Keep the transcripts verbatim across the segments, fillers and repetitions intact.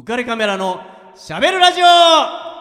浮かれカメラのしゃべるラジオ。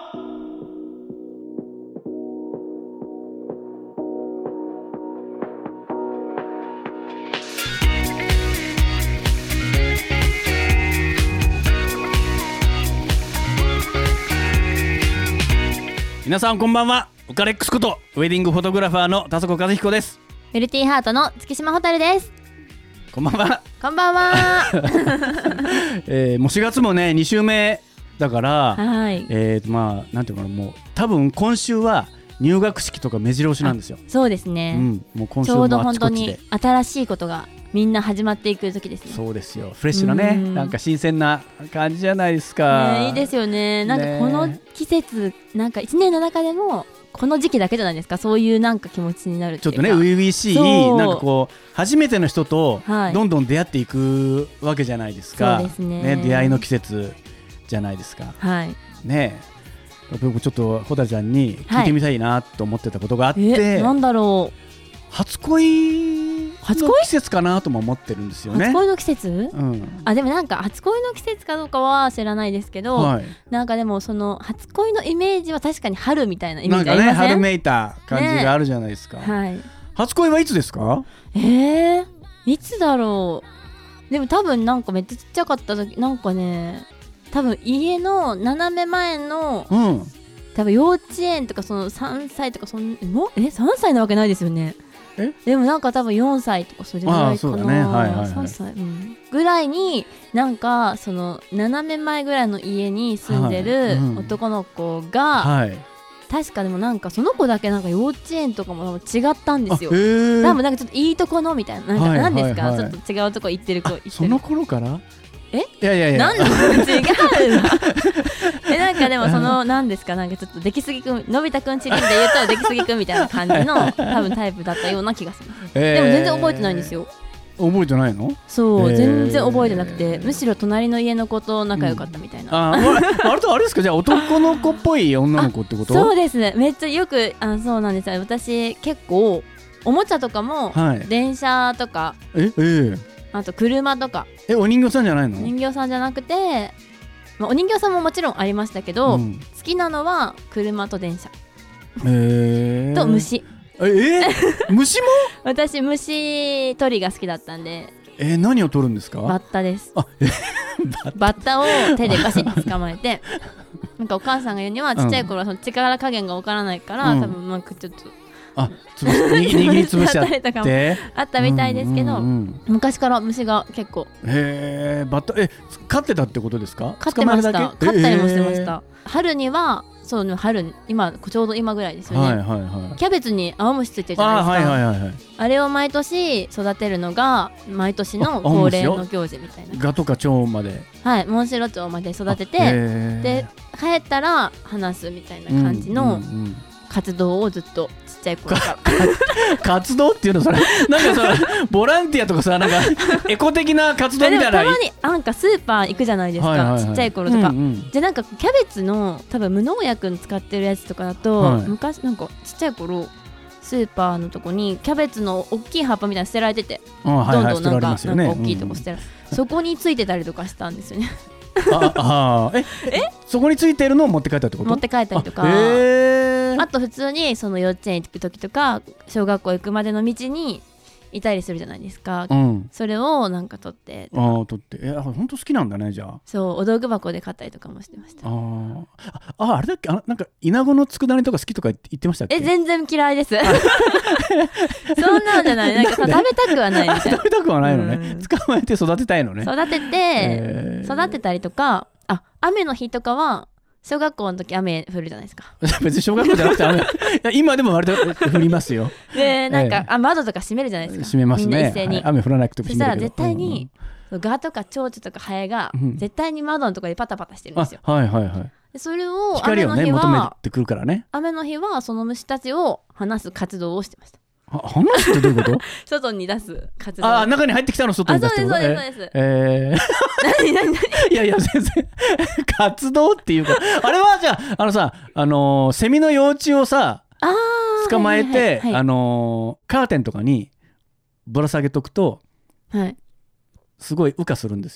皆さんこんばんは。ウカレックスことウェディングフォトグラファーの田底和彦です。 ウェルティーハートの月島ホタルです。 こんばんは。 こんばんは、 えー、もうしがつもねに週目だから、 はい、 えー、まあなんていうかな、もう多分今週は入学式とか目白押しなんですよ。 そうですね、 うん、もう今週ちょうどもあ本当にちこちで新しいことがみんな始まっていく時ですね。 そうですよ。フレッシュなね、 んなんか新鮮な感じじゃないですか、 ね、いいですよね。なんかこの季節、なんかいちねんの中でもこの時期だけじゃないですか。そういうなんか気持ちになるっていうか、 ちょっとね初々しい、なんかこう初めての人とどんどん出会っていくわけじゃないですか、 はい、そうですね。 ね、出会いの季節じゃないですか、 はい、ね、 僕ちょっとホタルちゃんに聞いてみたいなと思ってたことがあって、はい、 え、なんだろう。 初恋の季節かなとも思ってるんですよね。 初恋の季節、 うん、 あでもなんか初恋の季節かどうかは知らないですけど、はい、なんかでもその初恋のイメージは確かに春みたいなイメージありません？ なんかね、春めいた感じがあるじゃないですか、ね、はい、初恋はいつですか？ えー、いつだろう。でも多分なんかめっちゃちっちゃかった時、なんかね、多分家の斜め前の、うん、多分幼稚園とかそのさんさいとかそんもえさんさいなわけないですよね。えでもなんか多分よんさいとかそれぐらいかな、ね、はいはいはい、さんさい、うん、ぐらいになんかその斜め前ぐらいの家に住んでる男の子が、はい、うん、確かでもなんかその子だけなんか幼稚園とかも違ったんですよ。多分なんかちょっといいとこのみたいな、なんか何ですか、はいはいはい、ちょっと違うとこ行ってる子行ってる。 その頃からえいやいやいやなんで違うえなんかでもその何ですか、なんかちょっと出来すぎくん、のび太くんチリンで言うと出来すぎくんみたいな感じの多分タイプだったような気がします、えー、でも全然覚えてないんですよ。 覚えてないの？ そう、えー、全然覚えてなくて、むしろ隣の家の子と仲良かったみたいな、 うん、あ割とあれですか、じゃあ男の子っぽい女の子ってこと？ そうですね、めっちゃよくあそうなんですよ。私結構おもちゃとかも、はい、電車とかえ、えーあと車とか。 え、お人形さんじゃないの？ お人形さんじゃなくて、まあ、お人形さんももちろんありましたけど、うん、好きなのは車と電車、 えー、 と虫。 えー、虫も私虫取りが好きだったんで。 えー、何を取るんですか？ バッタです。 あバッタを手でガシッと捕まえてなんかお母さんが言うにはちっちゃい頃はその力加減がわからないから、うん、多分なんかちょっとあつぶ握りつぶしちゃってあったみたいですけど、うんうんうん、昔から虫が結構。 へー、バッタ、え、飼ってたってことですか？ 飼ってました。飼ったりもしてました。春にはそう、春今ちょうど今ぐらいですよね、はいはいはい、キャベツに青虫ついてるじゃないですか。 あ,、はいはいはいはい、あれを毎年育てるのが毎年の恒例の行事みたいな。 ガとか蝶まで、 はい、モンシロチョウまで育てて、で帰ったら話すみたいな感じの活動をずっとちっちゃい頃から活動っていうのそれなんかさボランティアとかさ、なんかエコ的な活動みたいな。 たまになんかスーパー行くじゃないですか、はいはいはい、ちっちゃい頃とか、うんうん、じゃなんかキャベツの多分無農薬に使ってるやつとかだと、はい、昔なんかちっちゃい頃スーパーのとこにキャベツの大きい葉っぱみたいな捨てられてて、どんどんなんか、なんか大きいとこ捨てられて、うん、そこについてたりとかしたんですよねああええそこについてるのを持って帰ったってこと？持持って帰ったりとか、あ, あと普通にその幼稚園行く時とか小学校行くまでの道にいたりするじゃないですか、うん、それをなんか取ってあ取ってえ本当好きなんだね。じゃあそうお道具箱で買ったりとかもしてました。 あああれだっけ、あなんかイナゴの佃煮とか好きとか言ってましたっけ？ え全然嫌いですそんなんじゃない、なんか食べたくはないみたいな食べたくはないのね、うん、捕まえて育てたいのね。 育てて、えー、育てたりとか、あ雨の日とかは小学校の時雨降るじゃないですか別に小学校じゃなくて雨いや今でも割と降りますよでなんか、ええ、あ窓とか閉めるじゃないですか。 閉めますね、みんな一斉に、 はい、雨降らなくても閉めるけど。そしたら絶対に、うんうん、ガとか蝶々とかハエが、うん、絶対に窓のところでパタパタしてるんですよ。 はいはいはい。 でそれを光をね雨の日は求めてくるからね。 雨の日はその虫たちを離す活動をしてました。 話すってどういうこと？ 外に出す活動。 あ中に入ってきたの外に出すってこと？ あそうですそうですそうです、 えー、何何何いやいや全然活動っていうかあれはじゃああのさあのー、セミの幼虫をさあ捕まえて、はいはいはい、あのー、カーテンとかにぶら下げとくと、はい、すごい羽化するんですよ。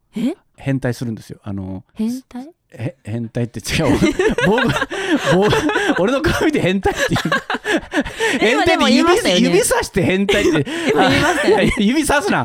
え変態するんですよ。あの変態え変態って違う僕僕俺の顔見て変態って言う変態って指、ね、指さして変態って今言いましたよね。 指さすな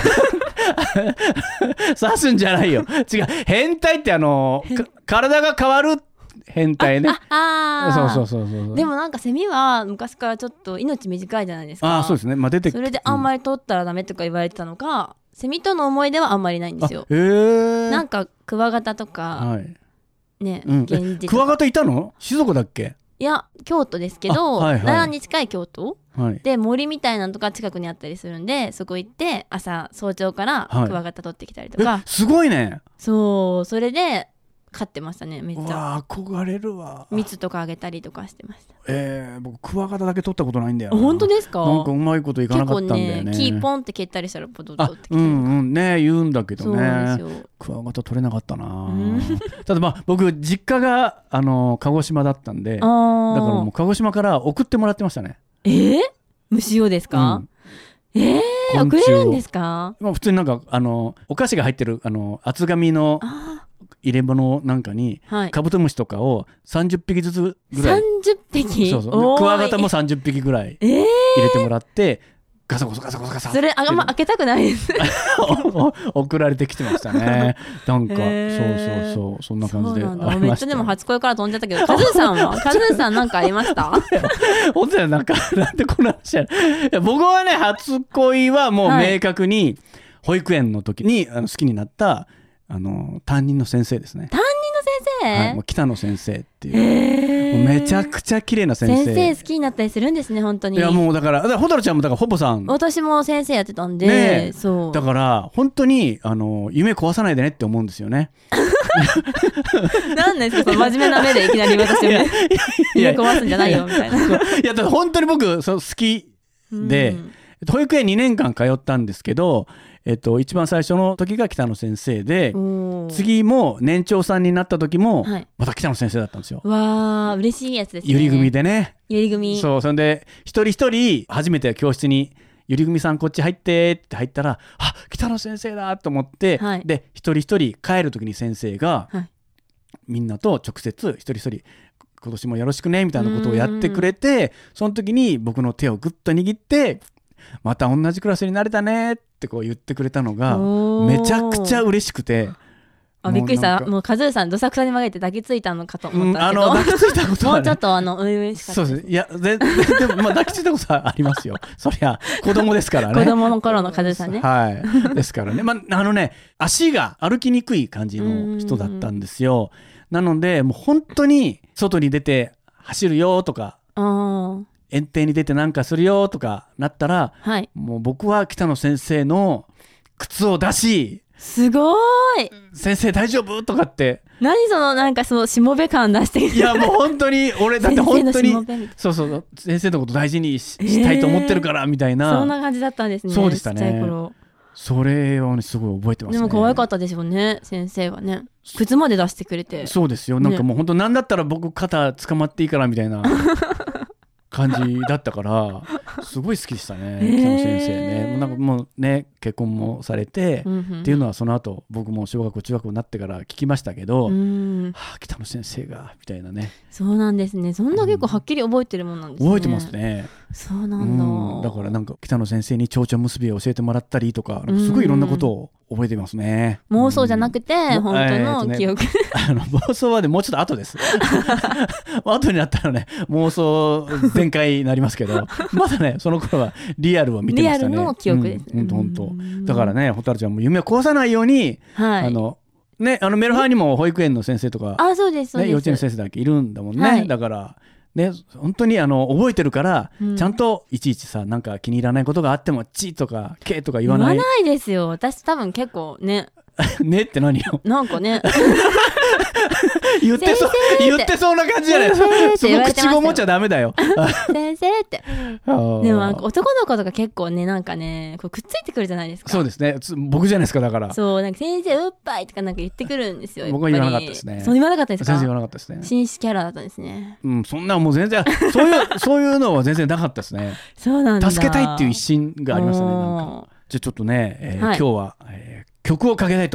刺すんじゃないよ。違う、変態ってあの体が変わる変態ね。 ああ、 そうそうそうそう。 でもなんかセミは昔からちょっと命短いじゃないですか。 あ、そうですね。まあ出てそれであんまり取ったらダメとか言われてたのが、うん、セミとの思い出はあんまりないんですよ。 へー。 なんかクワガタとか、はい、ね、 うん、クワガタいたの？静岡だっけ？ いや京都ですけど、はいはい、奈良に近い京都、はい、で森みたいなのとか近くにあったりするんで、そこ行って朝早朝からクワガタ取ってきたりとか、 はい、すごいね。 そうそれで飼ってましたね。めっちゃわ憧れるわ。 蜜とかあげたりとかしてました。 えー、僕クワガタだけ取ったことないんだよな。 本当ですか？ なんかうまいこといかなかったんだよね。 結構ね木ポンって蹴ったりしたらポトッとってきたりとか、 うんうんね言うんだけどね。クワガタ取れなかったな、うん、ただまあ僕実家があの鹿児島だったんで、だからもう鹿児島から送ってもらってましたね。 えー、虫用ですか？うんえー、送れるんですか？ まあ、普通になんかあのお菓子が入ってるあの厚紙の入れ物なんかに、はい、カブトムシとかをさんじゅっぴきずつぐらい、 さんじゅっぴきそうそうクワガタもさんじゅっぴきぐらい入れてもらって、えーガサゴソガサゴソガサそれあんま開けたくないです送られてきてましたね。なんかそうそうそうそんな感じでありました。 めっちゃでも初恋から飛んじゃったけど、カズーさんはカズーさんなんかありました？ 本当だよ。なんかなんでこんな話やる。僕はね初恋はもう明確に保育園の時にあの好きになったあの担任の先生ですね。 担任の先生、 はい、もう北野先生っていう、もうめちゃくちゃ綺麗な先生。 先生好きになったりするんですね本当に。 いやもうだから蛍ちゃんもだからほぼさん、 私も先生やってたんで、ね、そうだから本当にあの夢壊さないでねって思うんですよね。 なんですかその真面目な目でいきなり私をね夢壊すんじゃないよみたいな。いやだから本当に僕そう好きで、うん、保育園にねんかん通ったんですけど、えっと、一番最初の時が北野先生で、次も年長さんになった時もまた北野先生だったんですよ。 わー嬉しいやつですね。 ゆり組でね。 ゆり組。 そうそれで一人一人初めて教室にゆり組さんこっち入ってって入ったら、あ北野先生だと思って、はい、で一人一人帰る時に先生が、はい、みんなと直接一人一人今年もよろしくねみたいなことをやってくれて、その時に僕の手をぐっと握ってまた同じクラスになれたねってこう言ってくれたのがめちゃくちゃ嬉ししくて、 あびっくりした。もうカズーさんどさくさに曲げて抱きついたのかと思ったけど、 うん、あの抱きついたことは、ね、 もうちょっとあの嬉しかったです。 そうです。いや全然でもまあ抱きついたことはありますよ。そりゃ子供ですからね。 子供の頃のカズーさんね。 はいですからね。まああのね足が歩きにくい感じの人だったんですよ。なのでもう本当に外に出て走るよとか。あ園庭に出てなんかするよとかなったら、はい、もう僕は北野先生の靴を出し、 すごーい先生大丈夫とかって、 何そのなんかそのしもべ感出してる。 いやもう本当に俺だって本当にそうそう先生のこと大事に し,、えー、したいと思ってるからみたいな、 そんな感じだったんですね。 そうでしたね。 ちっちゃい頃それを、ね、すごい覚えてますね。 でも可愛かったですよね先生はね。靴まで出してくれて。 そうですよ。なんかもう本当なんだったら僕肩捕まっていいからみたいな感じだったからすごい好きでしたね、えー、北野先生ね。もうなんかもうね結婚もされて、うんうん、っていうのはその後僕も小学校中学校になってから聞きましたけど、うんはあ、北野先生がみたいなね。 そうなんですね。そんな結構はっきり覚えてるもんなんですね、 うん、覚えてますね。 そうなんだ、 うん、だからなんか北野先生に蝶々結びを教えてもらったりとか、なんかすごいいろんなことを覚えてますね。 妄想じゃなくて、うん、本当の記憶、えーね、 あの妄想はねもうちょっと後です後になったらね妄想全開になりますけどまだねその頃はリアルを見てましたね。 リアルの記憶ですね、 うん、本当本当だからね蛍ちゃんも夢を壊さないように、はい、あのね、あのメルハーにも保育園の先生とか、 あ、そうですそうです、 ね、幼稚園の先生だけいるんだもんね、はい、だからね、本当にあの覚えてるから、うん、ちゃんといちいちさなんか気に入らないことがあってもチとかケとか言わない。 言わないですよ。私多分結構ねねって何よなんかね言ってそう言ってそうな感じじゃない。その口ごもっちゃダメだよ先生ってでもなんか男の子とか結構ねなんかねこうくっついてくるじゃないですか。 そうですね。僕じゃないですか。だからそうなんか先生うっぱいとかなんか言ってくるんですよ。 僕は言わなかったですね。 そう言わなかったですか。 全然言わなかったですね。 紳士キャラだったんですね。 うんそんなもう全然そういうそういうのは全然なかったですね。 そうなんだ。 助けたいっていう一心がありましたね。なんかじゃあちょっとね、えーはい、今日は、えー、曲をかけたいと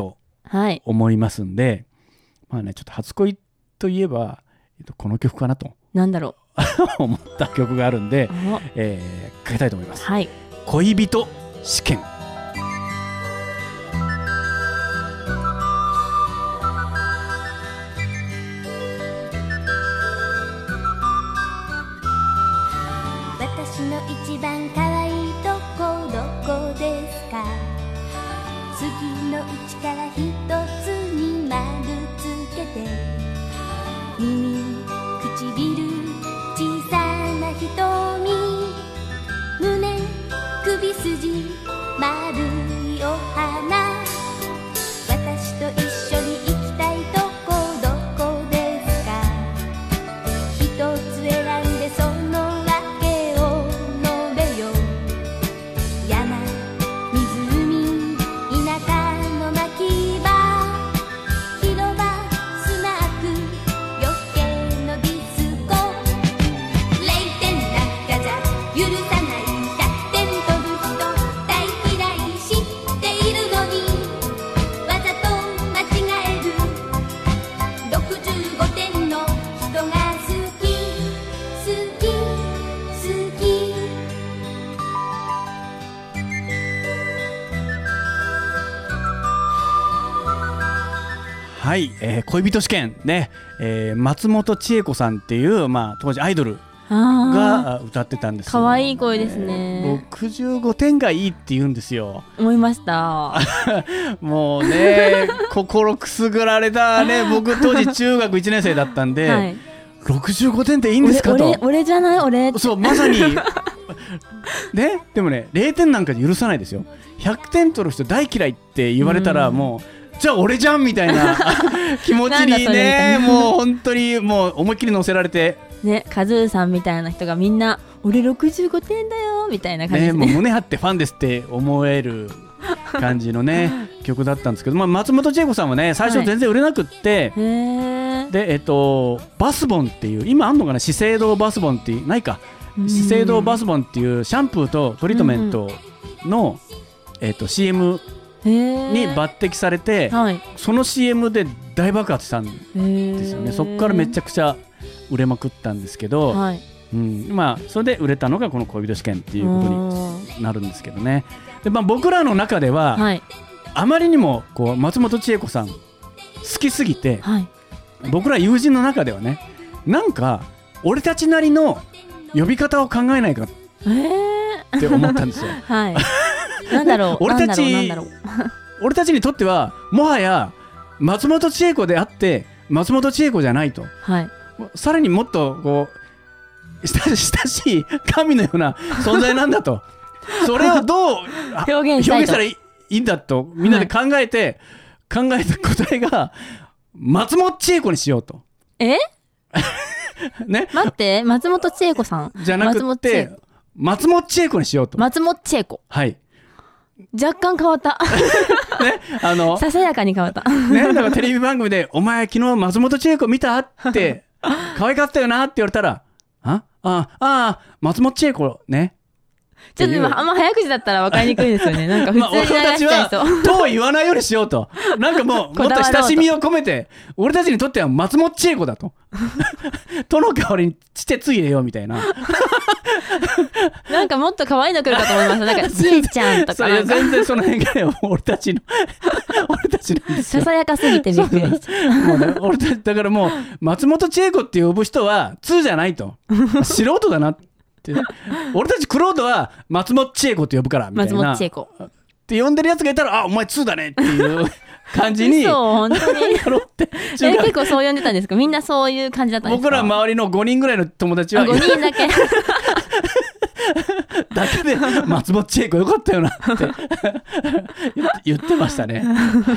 思いますんで、はい、まあねちょっと初恋といえば、えっと、この曲かなとなんだろう思った曲があるんで、えー、かけたいと思います、 はい、 恋人試験。 私の一番可愛いとこどこですか。次のうちから一つに丸つけて、耳、唇、小さな瞳、胸、首筋、丸いお花。私と一緒に行きたいとこどこですか。一つ選んでそのはい、えー、恋人試験ね、えー、松本千恵子さんっていう、まあ、当時アイドルが歌ってたんですよ。 可愛い声ですね、 えー、ろくじゅうごてんがいいって言うんですよ。 思いましたもうね心くすぐられたね。僕当時中学いちねん生だったんで、はい、ろくじゅうごてんっていいんですかと。 俺, 俺じゃない俺そうまさにね、でもねれいてんなんか許さないですよ。ひゃくてん取る人大嫌いって言われたら、もうじゃあ俺じゃんみたいな気持ちにねもう本当にもう思いっきり乗せられてね、カズーさんみたいな人がみんな俺ろくじゅうごてんだよみたいな感じで、ねね、もう胸張ってファンですって思える感じのね曲だったんですけど、まあ、松本千恵子さんはね最初全然売れなくって、はい、でえっとバスボンっていう今あんのかな、資生堂バスボンっていうないか、資生堂バスボンっていうシャンプーとトリートメントの、うん、えっと シーエムに抜擢されて、はい、その シーエム で大爆発したんですよね。そこからめちゃくちゃ売れまくったんですけど、はい、うん、まあそれで売れたのがこの恋人試験っていうことになるんですけどね。で、まあ、僕らの中では、はい、あまりにもこう松本千恵子さん好きすぎて、はい、僕ら友人の中ではね、なんか俺たちなりの呼び方を考えないかって思ったんですよ、 はいなんだろう俺たち俺たちにとってはもはや松本千恵子であって松本千恵子じゃないと、はい、さらにもっとこう親しい神のような存在なんだとそれをどう表現したらいいんだとみんなで考えて、はい、考えた答えが松本千恵子にしようと。 えね、 待って松本千恵子さんじゃなくて松本千恵子にしようと。 松本千恵子、 はい、 若干変わったね、あのささやかに変わったね、だからテレビ番組でお前昨日松本千恵子見たって可愛かったよなって言われたらあああ松本千恵子ねちょっと今あんま早口だったら分かりにくいですよね。なんか普通に流しちゃいそう、まあ、俺たちはと言わないようにしようとなんかもうもっと親しみを込めて俺たちにとっては松本千恵子だととの代わりにちてついれよみたいななんかもっと可愛いの来るかと思いました。なんかちえちゃんとかなんか全然その辺がよ俺たちの俺たちなんですよ。 ささやかすぎてびっくりしちゃうもう、ね、 俺たちだからもう松本千恵子って呼ぶ人は通じゃないと素人だなって俺たちクロードは松本千恵子って呼ぶからみたいな、 松本千恵子って呼んでるやつがいたらあお前通だねっていう感じにそう本当にえ結構そう呼んでたんですか。みんなそういう感じだったんですか。 僕ら周りのごにんぐらいの友達はごにんだけだけで松本千恵子よかったよなって言ってましたね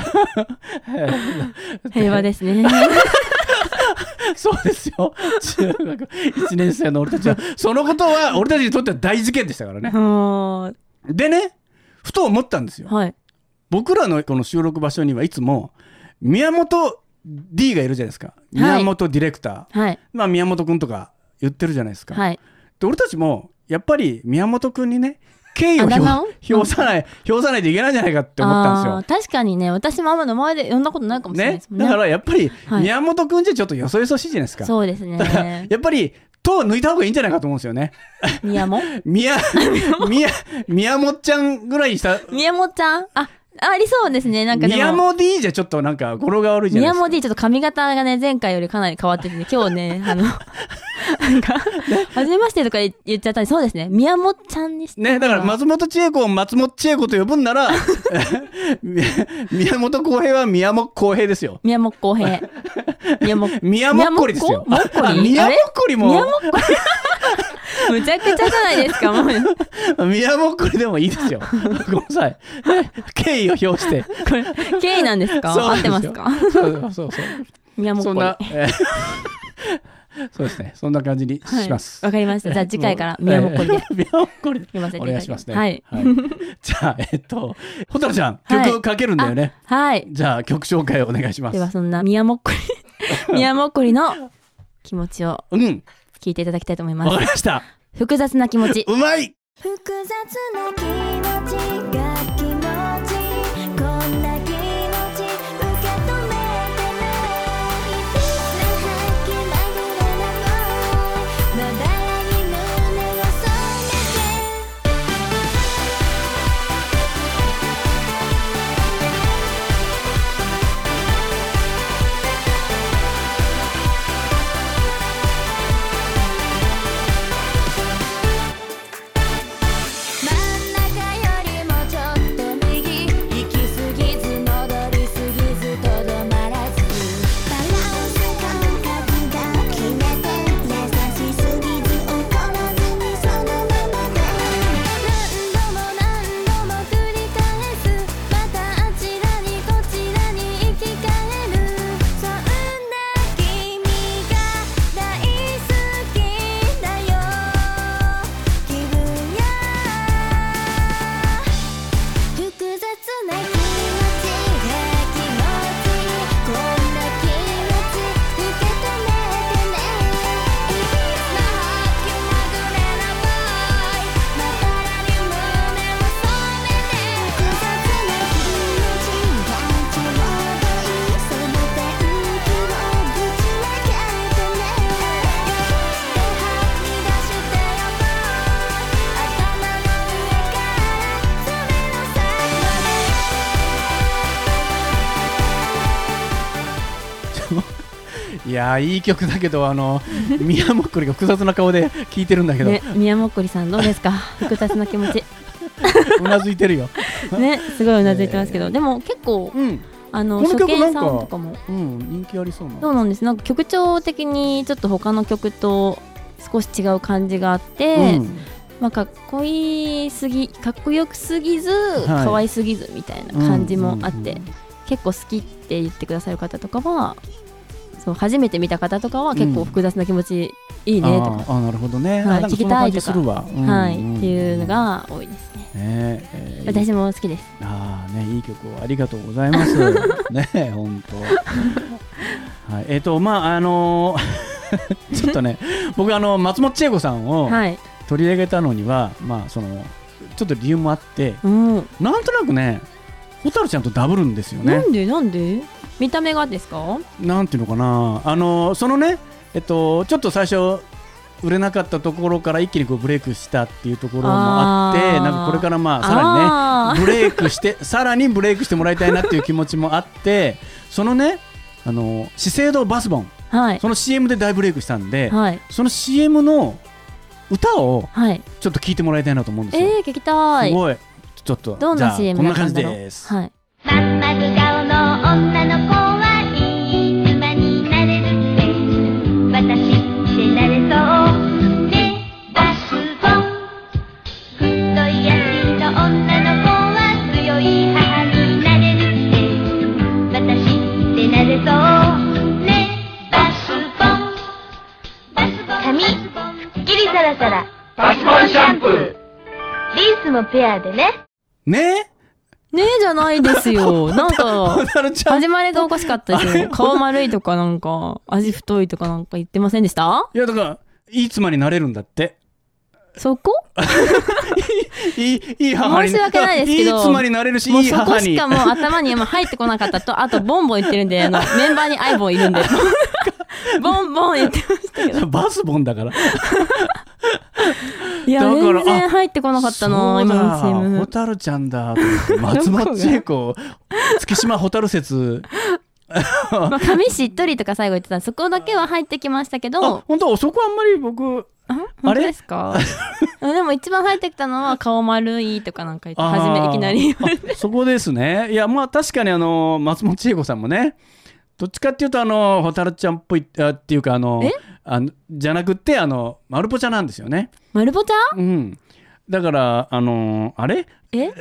平和ですねそうですよ。中学いちねん生の俺たちはそのことは俺たちにとっては大事件でしたからねでねふと思ったんですよ、はい、僕らのこの収録場所にはいつも宮本 D がいるじゃないですか、はい、宮本ディレクター、はい、まあ、宮本くんとか言ってるじゃないですか、はい、で俺たちもやっぱり宮本くんにね敬意を表さない表さないといけないんじゃないかって思ったんですよ。 あ確かにね、私もあんま名前で呼んだことないかもしれないですもんね。 ねだからやっぱり宮本くんじゃちょっとよそよそしいじゃないですか。 そうですね。 やっぱりと抜いた方がいいんじゃないかと思うんですよね。 宮も宮宮宮本ちゃんぐらいした。 宮本ちゃんあありそうですね。なんかでも宮本 D じゃちょっとなんか語呂が悪いじゃないですか。 宮本 D ちょっと髪型がね前回よりかなり変わってて、ね、今日ねあのなんか初めましてとか言っちゃったんで、そうですね宮本ちゃんにしてね。だから松本千恵子を松本千恵子と呼ぶんなら宮本浩平は宮本浩平ですよ。 宮本浩平宮本宮本こりですよ。 もっこり宮本こりも宮本こりむちゃくちゃじゃないですか。もう宮本こりでもいいですよ。ごめんなさい。敬意を表してこれ敬意なんですか。合ってますか。 そうそうそう宮本こり。 そんな、えーそうですね。そんな感じにします。 わ、はい、かりました。じゃあ次回から宮本こりで。 宮本こりで。 読ませていただきます。 お願いしますね。 はい。 はい、じゃあえっとほたるちゃん曲かけるんだよね。 はい。 じゃあ曲紹介をお願いします。 ではそんな宮本こり宮本こりの気持ちを聞いていただきたいと思います。 わ、うん、かりました。 複雑な気持ち。 うまい。 複雑な気持ちが気持ちこんな気持ち受け止めてないいつ吐きまぐれなのまばらに胸を染めいやいい曲だけどあの宮本こりが複雑な顔で聴いてるんだけど、 ね、宮本こりさんどうですか。複雑な気持ちうなずいてるよね、すごいうなずいてますけど、えー、でも結構、うん、あの初見さんとかも、 うん、人気ありそうな。 そうなんです。なんか曲調的にちょっと他の曲と少し違う感じがあって、うん、まあ、かっこいいすぎかっこよくすぎず、はい、可愛すぎずみたいな感じもあって、うんうんうん、結構好きって言ってくださる方とかは、そう初めて見た方とかは結構複雑な気持ちいいねとか、うん、 ああなるほどね、 はい、聞きたいとか、 うんうん、 はい、っていうのが多いですね。ねえー、私も好きです。 ああね、いい曲をありがとうございますね本当はい、えっ、ー、とまああのー、ちょっとね僕あの松本千恵子さんを取り上げたのには、はい、まあそのちょっと理由もあって、うん、なんとなくね蛍ちゃんとダブるんですよね。 なんでなんで見た目がですか。 なんていうのかな、あのそのねえっとちょっと最初売れなかったところから一気にこうブレイクしたっていうところもあって、なんかこれからまあさらにねブレイクしてさらにブレイクしてもらいたいなっていう気持ちもあって、そのねあの資生堂バスボン、はい、その シーエム で大ブレイクしたんで、はい、その シーエム の歌をちょっと聞いてもらいたいなと思うんですよ。 えー、聞きたい。 すごいちょっとどんな シーエムこんな感じです。 はい。 まん丸顔の女の子はいい妻になれるって私ってなれそうね。バスボン太い足の女の子は強い母になれるって私ってなれそうね。バスボンバスボン髪すっきりサラサラバスボンシャンプーリースもペアでね。 ねねえじゃないですよ。なんか始まりがおかしかったですよ。顔丸いとかなんか味太いとかなんか言ってませんでした？ いやだからいい妻になれるんだって。 そこいいいい母に申し訳ないですけどいい妻になれるし、いい母にもうそこしかもう頭に入ってこなかったと、あとボンボン言ってるんで、あのメンバーにアイボンいるんでボンボン言ってましたけどバスボンだからいや全然入ってこなかったな今のチーム。 ホタルちゃんだと思って松本千恵子月島ホタル説まあ髪しっとりとか最後言ってた、そこだけは入ってきましたけど。 あ本当そこあんまり僕あ本当ですかでも一番入ってきたのは顔丸いとかなんか言って初めいきなりそこですね。いやまあ確かにあの松本千恵子さんもね、どっちかっていうとあのホタルちゃんっぽいっていうかあのあのじゃなくってあの丸ポチャなんですよね。 丸ポチャ？ うんだからあのあれえ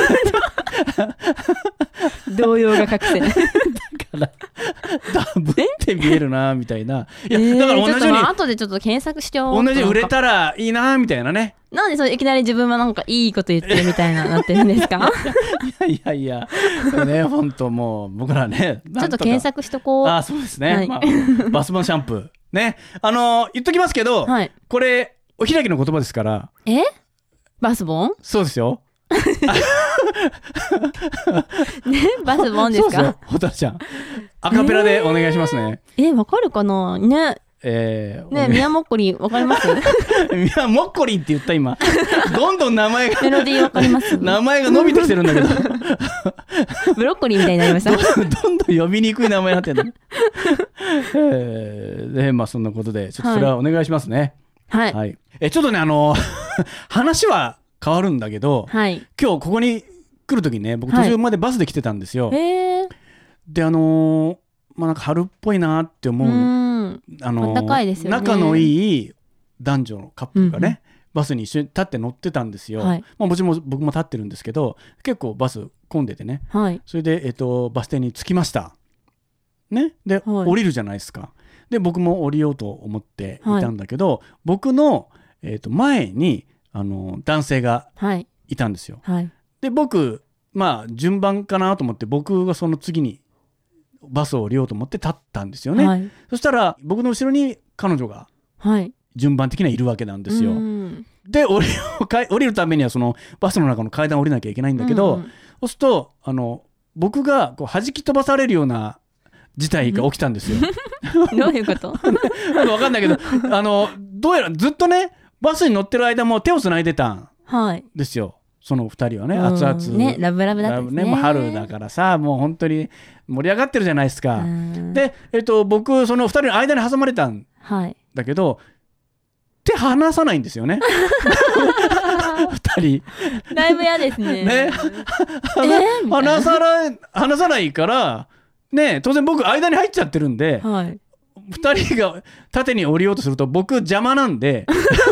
動揺が隠せないだからダブって見えるなみたいな。いや、 えー、 だから同じように後でちょっと検索して同じ売れたらいいなみたいなね。 なんでそれいきなり自分はなんかいいこと言ってるみたいななってるんですかいやいやいやね本当もう僕らねちょっと検索しとこう。 あそうですね、はいまあ、バスボンシャンプーねあの言っときますけど、はい、これお開きの言葉ですから。 えバスボン？ そうですよね、バスボンですか？ そうそうホタルちゃんアカペラでお願いしますね。 えー、わかるかなねえー、 ね宮もっこりわかります宮もっこりって言った今どんどん名前がメロディーわかります名前が伸びてきてるんだけどブロッコリーみたいになりましたどんどん呼びにくい名前になってる、えー、でまあそんなことでちょっとそれはお願いしますね。 はい、はい、 えちょっとねあの話は変わるんだけど、はい、今日ここに来る時にね僕途中までバスで来てたんですよ、はい、であのー、まあなんか春っぽいなって思う、うんあのー、暖かいですよね。仲のいい男女のカップルがね、うん、バスに一緒に立って乗ってたんですよ、はいまあ、もちろん僕も立ってるんですけど結構バス混んでてね、はい、それで、えーと、バス停に着きましたねで、はい、降りるじゃないですか。で僕も降りようと思っていたんだけど、はい、僕の、えーと、前にあの男性がいたんですよ、はい、で僕まあ順番かなと思って僕がその次にバスを降りようと思って立ったんですよね、はい、そしたら僕の後ろに彼女が順番的にはいるわけなんですよ、はい、で降り降りるためにはそのバスの中の階段を降りなきゃいけないんだけど、うん、そうするとあの僕がこう弾き飛ばされるような事態が起きたんですよどういうこと分かんないけどあのどうやらずっとねバスに乗ってる間も手をつないでたんですよ、はい、そのふたりはね熱々 ねラブラブだったんですね。 もう春だからさもう本当に盛り上がってるじゃないですか。で、えっと、僕そのふたりの間に挟まれたんだけど、はい、手離さないんですよねふたりだいぶ嫌ですねねえー、離さない離さないからね当然僕間に入っちゃってるんで、はい、ふたりが縦に降りようとすると僕邪魔なんで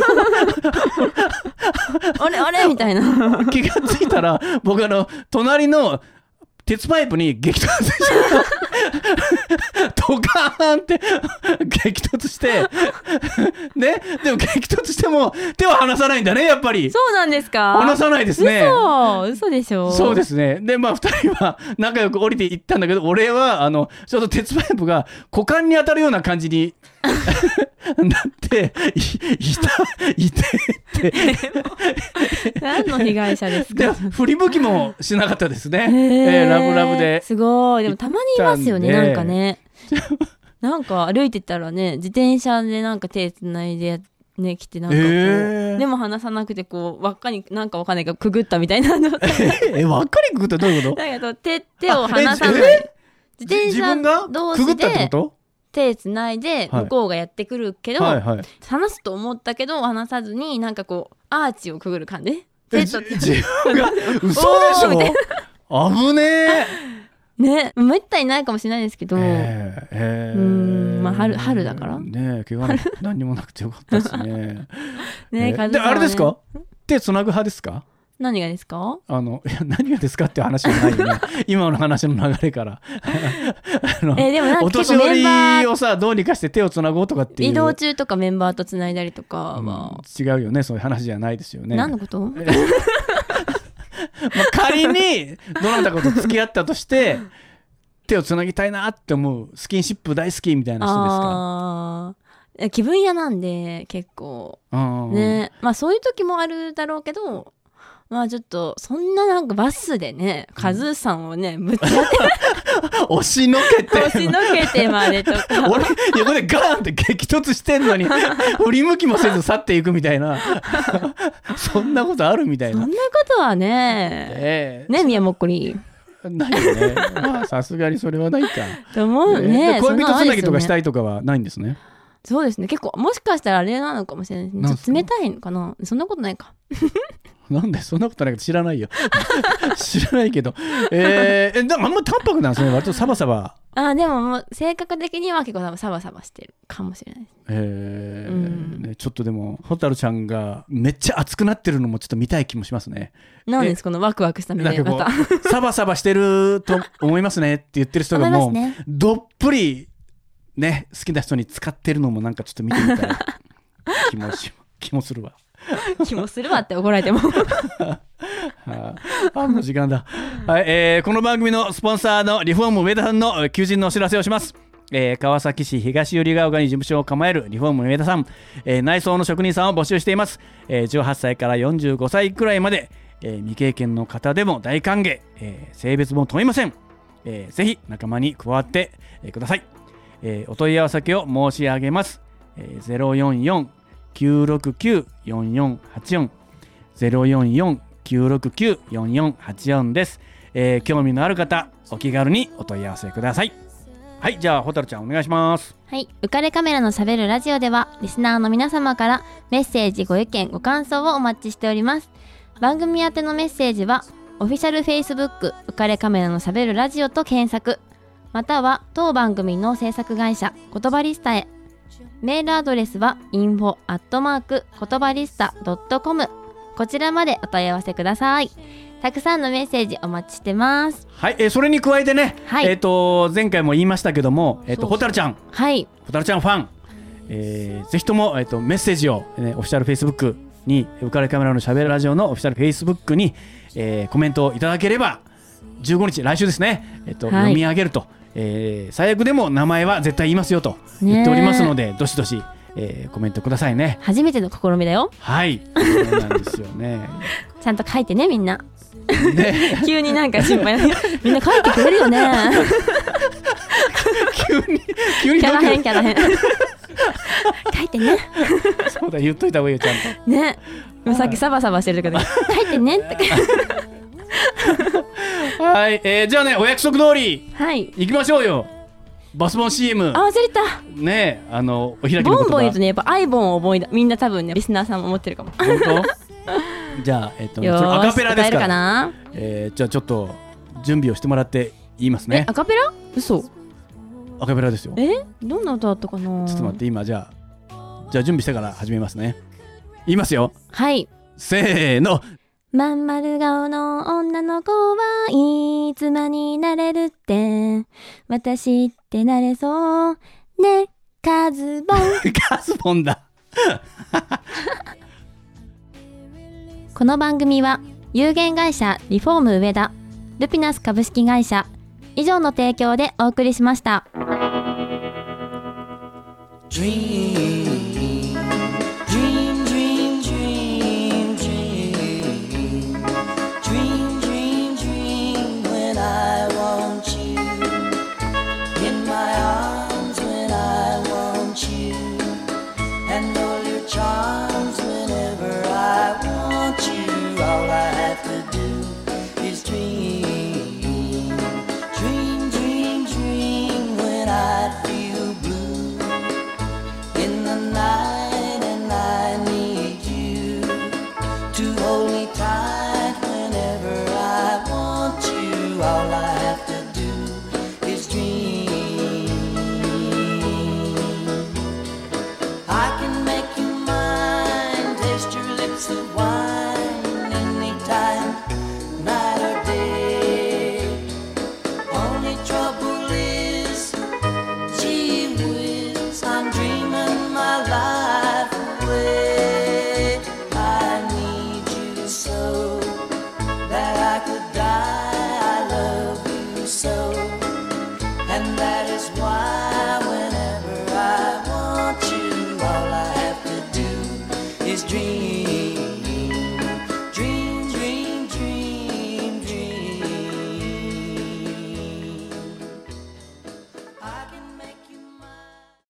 あれあれみたいな気がついたら僕あの隣の鉄パイプに激突してドカーンって激突してねでも激突しても手は離さないんだねやっぱり。 そうなんですか。 離さないですね。 嘘嘘でしょ。 そうですね。でまあふたりは仲良く降りていったんだけど俺はあのちょっと鉄パイプが股間に当たるような感じになっていいたいてって何の被害者ですか。 振り向きもしなかったですね、えー、ラブラブで。 すごい。でもたまにいますよねなんかねなんか歩いてたらね自転車でなんか手つないでね来てなんかこう、えー、でも離さなくてこう輪っかになんかわかんないけどくぐったみたいなのえ輪っかにくぐったどういうこと。 なんか手手を離さない、えー、自転車同士で手つないで向こうがやってくるけど、はいはいはい、離すと思ったけど離さずになんかこうアーチをくぐる感じ。 手と手自分が嘘でしょ危ねえね、めったにないかもしれないですけど、えーえー、うーんまあ 春, 春だからね怪我何にもなくてよかったですねね、 えー、 であれですか手つなぐ派ですか。 何がですか。 あのいや何がですかっていう話じゃないよね今の話の流れからあの、 えー、でもなんかお年寄りをさどうにかして手をつなごうとかっていう移動中とかメンバーとつないだりとかは、うん、 違うよねそういう話じゃないですよね。 何のことまあ仮にどなたかと付き合ったとして手をつなぎたいなって思うスキンシップ大好きみたいな人ですか。 あ気分屋なんで結構ね、まあそういう時もあるだろうけど、まあちょっとそんななんかバスでねカズーさんをねぶち当て押しのけて押しのけてまでとか俺横でガーンって激突してんのに振り向きもせず去っていくみたいなそんなことあるみたいな。 そんなことはねえー、ね宮もっこりないよね。まあさすがにそれはないかと思うね。 恋人つなぎとかしたいとかはないんですね。 そうですね、結構もしかしたらあれなのかもしれないですね。ちょっと冷たいのかな。そんなことないかなんでそんなことないけど知らないよ知らないけどえー、だからあんま淡白なんですね。割とサバサバ。 あでももう性格的には結構多分サバサバしてるかもしれないです。 えーうんね、ちょっとでも蛍ちゃんがめっちゃ熱くなってるのもちょっと見たい気もしますね。 なんですこのワクワクした目でまたサバサバしてると思いますねって言ってる人がもう、ね、どっぷりね好きな人に使ってるのもなんかちょっと見てみたい気もし気もするわ気もするわって怒られてもはあ、あもう時間だ、はいえー、この番組のスポンサーのリフォーム上田さんの求人のお知らせをします。えー、川崎市東百合ヶ丘に事務所を構えるリフォーム上田さん、えー、内装の職人さんを募集しています。えー、じゅうはっさいからよんじゅうごさいくらいまで、えー、未経験の方でも大歓迎、えー、性別も問いません。えー、ぜひ仲間に加わって、えー、ください。えー、お問い合わせ先を申し上げます。えー、ゼロよんよん きゅうろくきゅう よんよんはちよん ゼロよんよん きゅうろくきゅう よんよんはちよんです。えー、興味のある方お気軽にお問い合わせください。はい、じゃあ蛍ちゃんお願いします。 はい、浮かれカメラのしゃべるラジオではリスナーの皆様からメッセージご意見ご感想をお待ちしております。番組宛てのメッセージはオフィシャル Facebook 浮かれカメラのしゃべるラジオと検索、または当番組の制作会社言葉リスタへ。メールアドレスは インフォ アットマーク 言葉リスタ ドットコム こちらまでお問い合わせください。たくさんのメッセージお待ちしてます。 はい、えー、それに加えてね、はい、えー、と前回も言いましたけども、えー、と蛍ちゃん、 はい、 蛍ちゃんファン、えー、ぜひとも、えー、とメッセージを、ね、オフィシャル Facebook に浮かれカメラのしゃべるラジオのオフィシャル Facebook に、えー、コメントをいただければじゅうごにち来週ですね、えーとはい、読み上げると、えー、最悪でも名前は絶対言いますよと言っておりますので、どしどし、えー、コメントくださいね。 初めての試みだよ。 はいそうなんですよねちゃんと書いてねみんなね、 急になんか心配みんな書いてくれるよね急に急にキャラ変キャラ変書いてねそうだ言っといた方がいいよちゃんとね。さっきサバサバしてるけど書いてねってはい、えー、じゃあねお約束通り、はい、行きましょうよ。バスボン シーエムあ忘れたね。あのお開きの言葉ボンボン言うとねやっぱアイボンを覚えたみんな多分ねリスナーさんも思ってるかも。本当じゃあ、えっと、アカペラですからかな、 えー、じゃあちょっと準備をしてもらって言いますね。 えアカペラ嘘アカペラですよ。 えどんな歌だったかな。 ちょっと待って今じゃあじゃあ準備してから始めますね。言いますよ。 はいせーの。 まん丸顔の女の子はいつまになれるって私ってなれそうねカズボンカズボンだこの番組は有限会社リフォーム上田ルピナス株式会社以上の提供でお送りしました。Dream